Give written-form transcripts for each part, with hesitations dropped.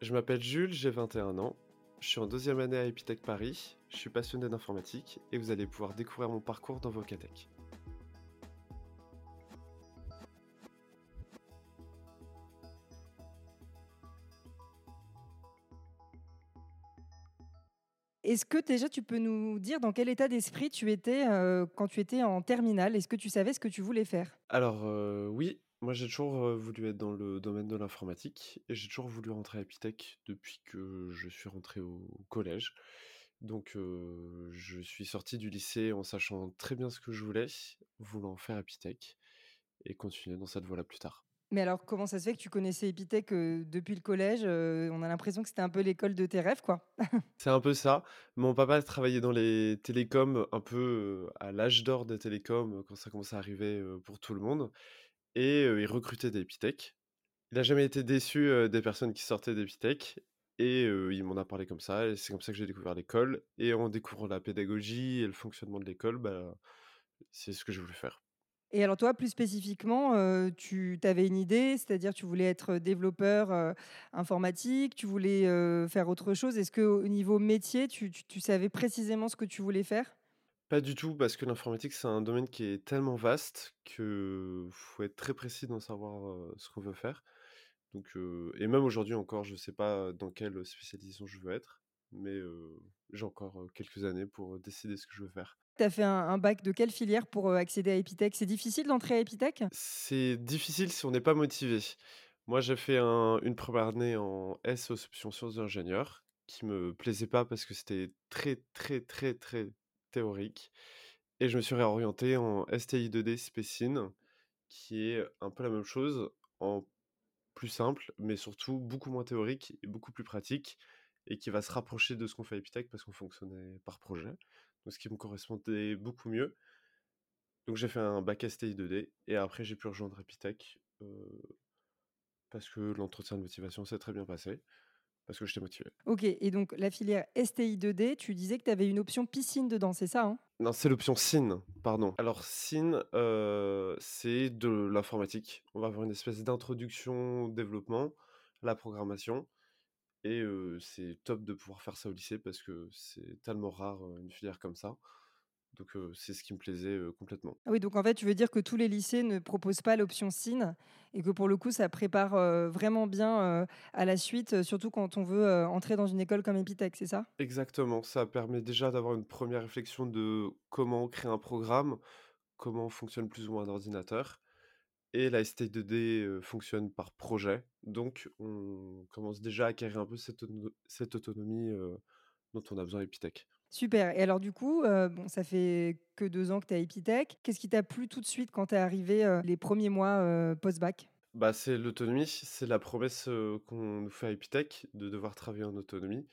Je m'appelle Jules, j'ai 21 ans. Je suis en deuxième année à Epitech Paris. Je suis passionné d'informatique et vous allez pouvoir découvrir mon parcours dans Vocatech. Est-ce que déjà tu peux nous dire dans quel état d'esprit tu étais, quand tu étais en terminale? Est-ce que tu savais ce que tu voulais faire? Alors oui, moi j'ai toujours voulu être dans le domaine de l'informatique et j'ai toujours voulu rentrer à Epitech depuis que je suis rentré au collège. Donc je suis sorti du lycée en sachant très bien ce que je voulais, voulant faire Epitech et continuer dans cette voie-là plus tard. Mais alors comment ça se fait que tu connaissais Epitech, depuis le collège? On a l'impression que c'était un peu l'école de tes rêves, quoi. C'est un peu ça. Mon papa travaillait dans les télécoms, un peu, à l'âge d'or des télécoms, quand ça commençait à arriver, pour tout le monde et il recrutait des Epitech. Il a jamais été déçu, des personnes qui sortaient d'Epitech et il m'en a parlé comme ça et c'est comme ça que j'ai découvert l'école et en découvrant la pédagogie et le fonctionnement de l'école, bah, c'est ce que je voulais faire. Et alors toi, plus spécifiquement, tu avais une idée, c'est-à-dire tu voulais être développeur, informatique, tu voulais, faire autre chose? Est-ce qu'au niveau métier, tu savais précisément ce que tu voulais faire? Pas du tout, parce que l'informatique, c'est un domaine qui est tellement vaste que faut être très précis dans savoir, ce qu'on veut faire. Donc et même aujourd'hui encore, je sais pas dans quelle spécialisation je veux être, mais j'ai encore, quelques années pour, décider ce que je veux faire. Tu as fait un bac de quelle filière pour, accéder à Epitech? C'est difficile d'entrer à Epitech? C'est difficile si on n'est pas motivé. Moi, j'ai fait une première année en S option sciences d'ingénieur, qui me plaisait pas parce que c'était très, très, très, très théorique et je me suis réorienté en STI 2D Spécine, qui est un peu la même chose en plus simple, mais surtout beaucoup moins théorique et beaucoup plus pratique et qui va se rapprocher de ce qu'on fait à Epitech parce qu'on fonctionnait par projet, donc ce qui me correspondait beaucoup mieux. Donc j'ai fait un bac STI 2D et après j'ai pu rejoindre Epitech, parce que l'entretien de motivation s'est très bien passé, parce que j'étais motivé. OK, et donc la filière STI 2D, tu disais que tu avais une option piscine dedans, c'est ça, hein? Non, c'est l'option SIN, pardon. Alors SIN, c'est de l'informatique. On va avoir une espèce d'introduction au développement, à la programmation et c'est top de pouvoir faire ça au lycée parce que c'est tellement rare, une filière comme ça. Donc c'est ce qui me plaisait, complètement. Ah oui, donc en fait, tu veux dire que tous les lycées ne proposent pas l'option SIN et que pour le coup, ça prépare, vraiment bien, à la suite, surtout quand on veut, entrer dans une école comme Epitech, c'est ça? Exactement, ça permet déjà d'avoir une première réflexion de comment créer un programme, comment fonctionne plus ou moins un ordinateur. Et la ST2D, fonctionne par projet, donc on commence déjà à acquérir un peu cette autonomie, dont on a besoin à Epitech. Super, et alors du coup, bon, ça fait que 2 ans que tu es à Epitech. Qu'est-ce qui t'a plu tout de suite quand tu es arrivé, les premiers mois, post-bac? Bah, c'est l'autonomie, c'est la promesse, qu'on nous fait à Epitech de devoir travailler en autonomie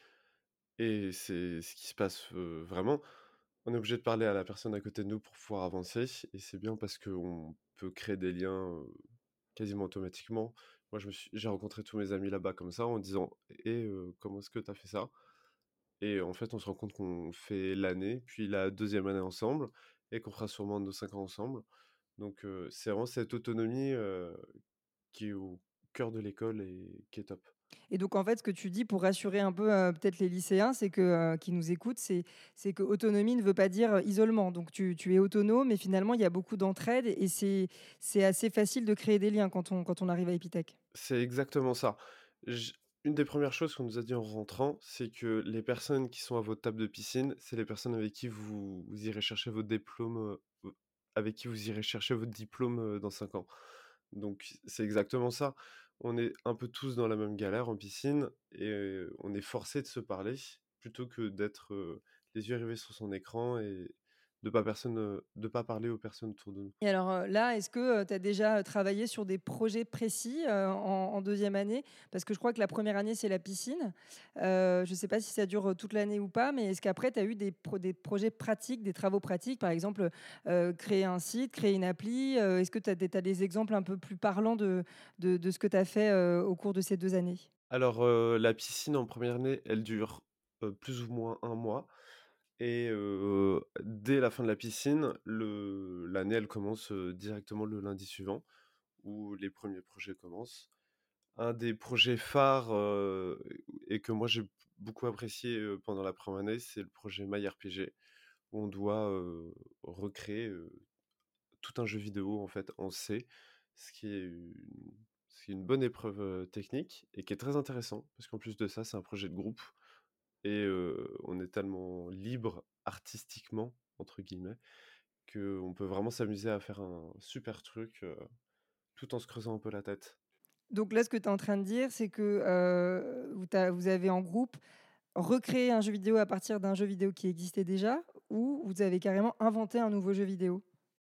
et c'est ce qui se passe, vraiment. On est obligé de parler à la personne à côté de nous pour pouvoir avancer et c'est bien parce qu'on peut créer des liens, quasiment automatiquement. Moi, j'ai rencontré tous mes amis là-bas comme ça en disant: «Et comment est-ce que tu as fait ça?» Et en fait, on se rend compte qu'on fait l'année, puis la deuxième année ensemble et qu'on fera sûrement nos 5 ans ensemble. Donc c'est vraiment cette autonomie, qui est au cœur de l'école et qui est top. Et donc en fait, ce que tu dis pour rassurer un peu, peut-être les lycéens, c'est que, qui nous écoutent, c'est que autonomie ne veut pas dire, isolement. Donc tu es autonome, mais finalement, il y a beaucoup d'entraide et c'est assez facile de créer des liens quand on arrive à Epitech. C'est exactement ça. J Une des premières choses qu'on nous a dit en rentrant, c'est que les personnes qui sont à votre table de piscine, c'est les personnes avec qui vous irez chercher votre diplôme, avec qui vous irez chercher votre diplôme, dans 5 ans. Donc c'est exactement ça. On est un peu tous dans la même galère en piscine et on est forcé de se parler plutôt que d'être, les yeux rivés sur son écran et de pas parler aux personnes autour de nous. Et alors, là, est-ce que, tu as déjà, travaillé sur des projets précis, en 2e année? Parce que je crois que la première année, c'est la piscine. Je ne sais pas si ça dure, toute l'année ou pas, mais est-ce qu'après tu as eu des projets pratiques, des travaux pratiques? Par exemple, créer un site, créer une appli, est-ce que tu as des exemples un peu plus parlants de ce que tu as fait, au cours de ces 2 années? Alors, la piscine en première année, elle dure, plus ou moins un mois et dès la fin de la piscine, l'année, elle commence, directement le lundi suivant où les premiers projets commencent. Un des projets phares, et que moi j'ai beaucoup apprécié, pendant la première année, c'est le projet MyRPG, où on doit, recréer, tout un jeu vidéo en fait en C, ce qui est une bonne épreuve, technique et qui est très intéressant parce qu'en plus de ça, c'est un projet de groupe et on est tellement «libre artistiquement» entre guillemets, qu'on peut vraiment s'amuser à faire un super truc, tout en se creusant un peu la tête. Donc là, ce que tu es en train de dire, c'est que, vous avez en groupe recréé un jeu vidéo à partir d'un jeu vidéo qui existait déjà ou vous avez carrément inventé un nouveau jeu vidéo?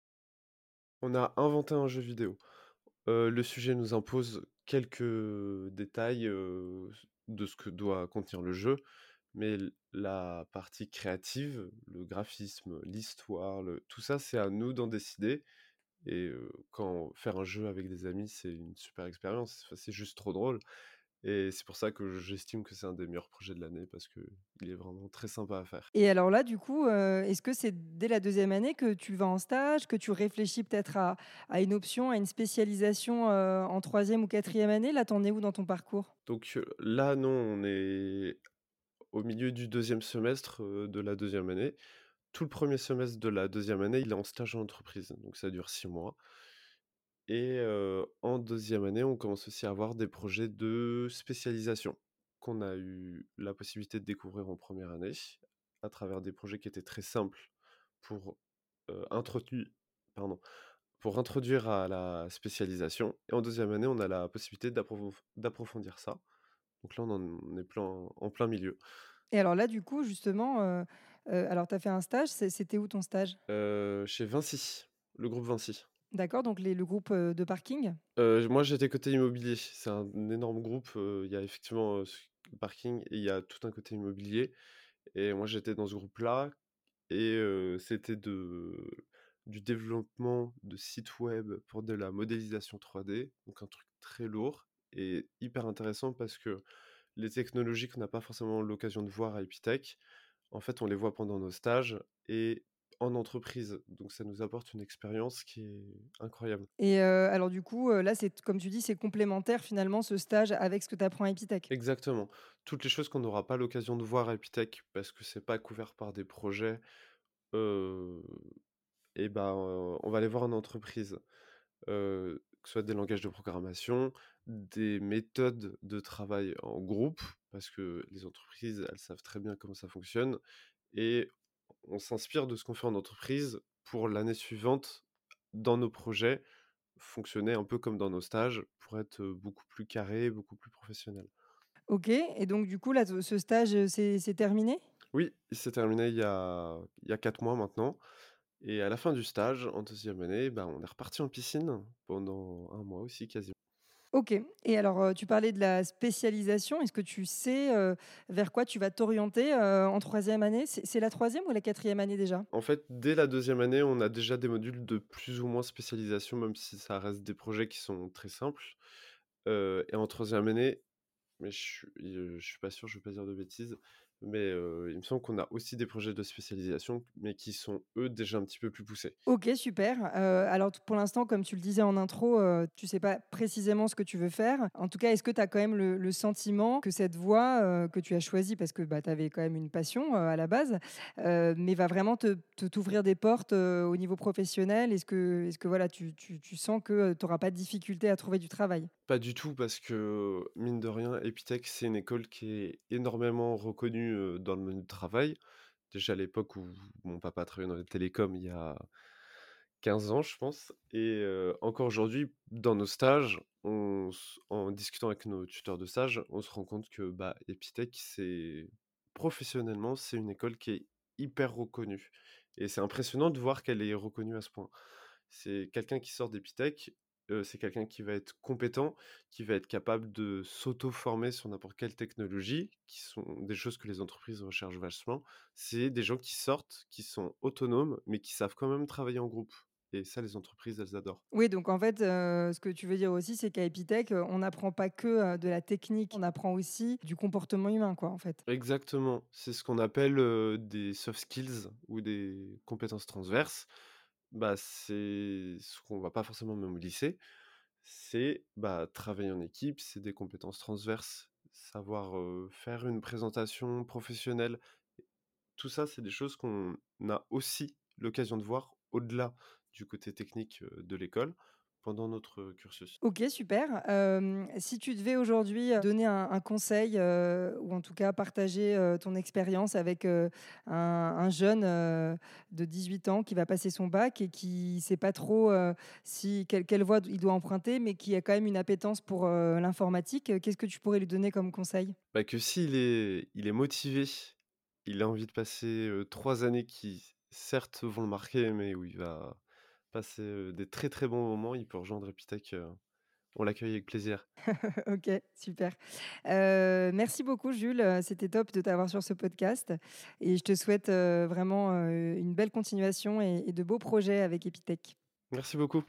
On a inventé un jeu vidéo. Le sujet nous impose quelques détails, de ce que doit contenir le jeu, mais la partie créative, le graphisme, l'histoire, tout ça, c'est à nous d'en décider et quand faire un jeu avec des amis, c'est une super expérience. Enfin, c'est juste trop drôle et c'est pour ça que j'estime que c'est un des meilleurs projets de l'année parce qu'il est vraiment très sympa à faire. Et alors là, du coup, est-ce que c'est dès la deuxième année que tu vas en stage, que tu réfléchis peut-être à une option, à une spécialisation, en troisième ou quatrième année? Là, tu en es où dans ton parcours? Donc là, non, on est au milieu du deuxième semestre, de la deuxième année. Tout le premier semestre de la deuxième année, il est en stage en entreprise, donc ça dure 6 mois et en deuxième année, on commence aussi à avoir des projets de spécialisation qu'on a eu la possibilité de découvrir en première année, à travers des projets qui étaient très simples pour, introdu pardon, pour introduire à la spécialisation et en deuxième année, on a la possibilité d'approfondir ça. Donc là, on est en plein milieu. Et alors là, du coup, justement, alors tu as fait un stage, c'était où ton stage? Chez Vinci, le groupe Vinci. D'accord, donc le groupe, de parking? Moi, j'étais côté immobilier. C'est un énorme groupe, il y a effectivement, le parking et il y a tout un côté immobilier et moi, j'étais dans ce groupe-là et c'était du développement de sites web pour de la modélisation 3D, donc un truc très lourd et hyper intéressant parce que les technologies qu'on n'a pas forcément l'occasion de voir à Epitech, en fait, on les voit pendant nos stages et en entreprise, donc ça nous apporte une expérience qui est incroyable. Et alors du coup, là, c'est comme tu dis, c'est complémentaire finalement ce stage avec ce que tu apprends à Epitech? Exactement. Toutes les choses qu'on n'aura pas l'occasion de voir à Epitech parce que c'est pas couvert par des projets, heu et ben, on va les voir en entreprise. Que ce soit des langages de programmation, des méthodes de travail en groupe, parce que les entreprises, elles savent très bien comment ça fonctionne et on s'inspire de ce qu'on fait en entreprise pour l'année suivante, dans nos projets, fonctionner un peu comme dans nos stages pour être, beaucoup plus carré, beaucoup plus professionnel. OK, et donc du coup là, ce stage, c'est terminé? Oui, il s'est terminé il y a 4 mois maintenant et à la fin du stage, en deuxième année, ben, on est reparti en piscine pendant un mois aussi quasiment. OK, et alors, tu parlais de la spécialisation. Est-ce que tu sais, vers quoi tu vas t'orienter, en troisième année? C'est la troisième ou la quatrième année déjà? En fait, dès la deuxième année, on a déjà des modules de plus ou moins spécialisation, même si ça reste des projets qui sont très simples, et en troisième année, mais je suis pas sûr, je ne veux pas dire de bêtises, mais il me semble qu'on a aussi des projets de spécialisation, mais qui sont, eux, déjà un petit peu plus poussés. OK, super. Alors pour l'instant, comme tu le disais en intro, tu sais pas précisément ce que tu veux faire. En tout cas, est-ce que tu as quand même le sentiment que cette voie, que tu as choisie parce que, bah, tu avais quand même une passion, à la base, mais va vraiment t'ouvrir des portes, au niveau professionnel? Est-ce que voilà, tu sens que, tu auras pas de difficulté à trouver du travail? Pas du tout, parce que, mine de rien, Epitech, c'est une école qui est énormément reconnue, dans le monde du travail. Déjà à l'époque où mon papa travaillait dans les télécoms, il y a 15 ans, je pense et encore aujourd'hui, dans nos stages, en discutant avec nos tuteurs de stage, on se rend compte que, bah, Epitech, professionnellement, c'est une école qui est hyper reconnue et c'est impressionnant de voir qu'elle est reconnue à ce point. C'est quelqu'un qui sort d'Epitech, c'est quelqu'un qui va être compétent, qui va être capable de s'auto-former sur n'importe quelle technologie, qui sont des choses que les entreprises recherchent vachement. C'est des gens qui sortent, qui sont autonomes, mais qui savent quand même travailler en groupe et ça, les entreprises, elles adorent. Oui, donc en fait, ce que tu veux dire aussi, c'est qu'à Epitech, on n'apprend pas que, de la technique, on apprend aussi du comportement humain, quoi, en fait. Exactement, c'est ce qu'on appelle, des soft skills ou des compétences transverses. Bah, c'est ce qu'on va pas forcément même au lycée. c'est, travailler en équipe, c'est des compétences transverses, savoir, faire une présentation professionnelle. Tout ça, c'est des choses qu'on a aussi l'occasion de voir au-delà du côté technique, de l'école pendant notre, cursus. OK, super. Si tu devais aujourd'hui, donner un conseil, ou en tout cas partager, ton expérience avec, un jeune, de 18 ans qui va passer son bac et qui ne sait pas trop, si quelle voie il doit emprunter, mais qui a quand même une appétence pour, l'informatique, qu'est-ce que tu pourrais lui donner comme conseil? Que s'il est motivé, il a envie de passer, 3 années qui certes vont le marquer, mais où il va passer, des très, très bons moments, il peut rejoindre Epitech, on l'accueille avec plaisir. OK, super. Merci beaucoup Jules, c'était top de t'avoir sur ce podcast et je te souhaite, vraiment, une belle continuation et de beaux projets avec Epitech. Merci beaucoup.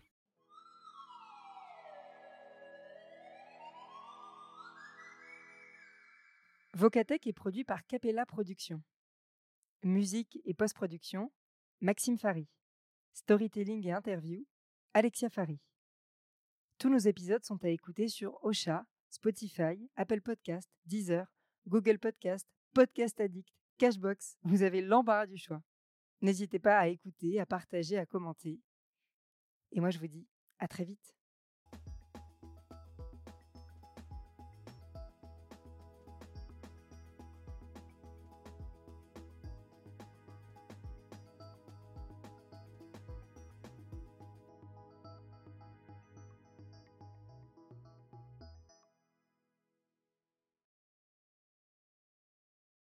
Vocatech est produit par Capella Productions. Musique et post-production, Maxime Fary. Storytelling et interview, Alexia Fary. Tous nos épisodes sont à écouter sur Ocha, Spotify, Apple Podcast, Deezer, Google Podcast, Podcast Addict, Cashbox. Vous avez l'embarras du choix. N'hésitez pas à écouter, à partager, à commenter. Et moi, je vous dis à très vite.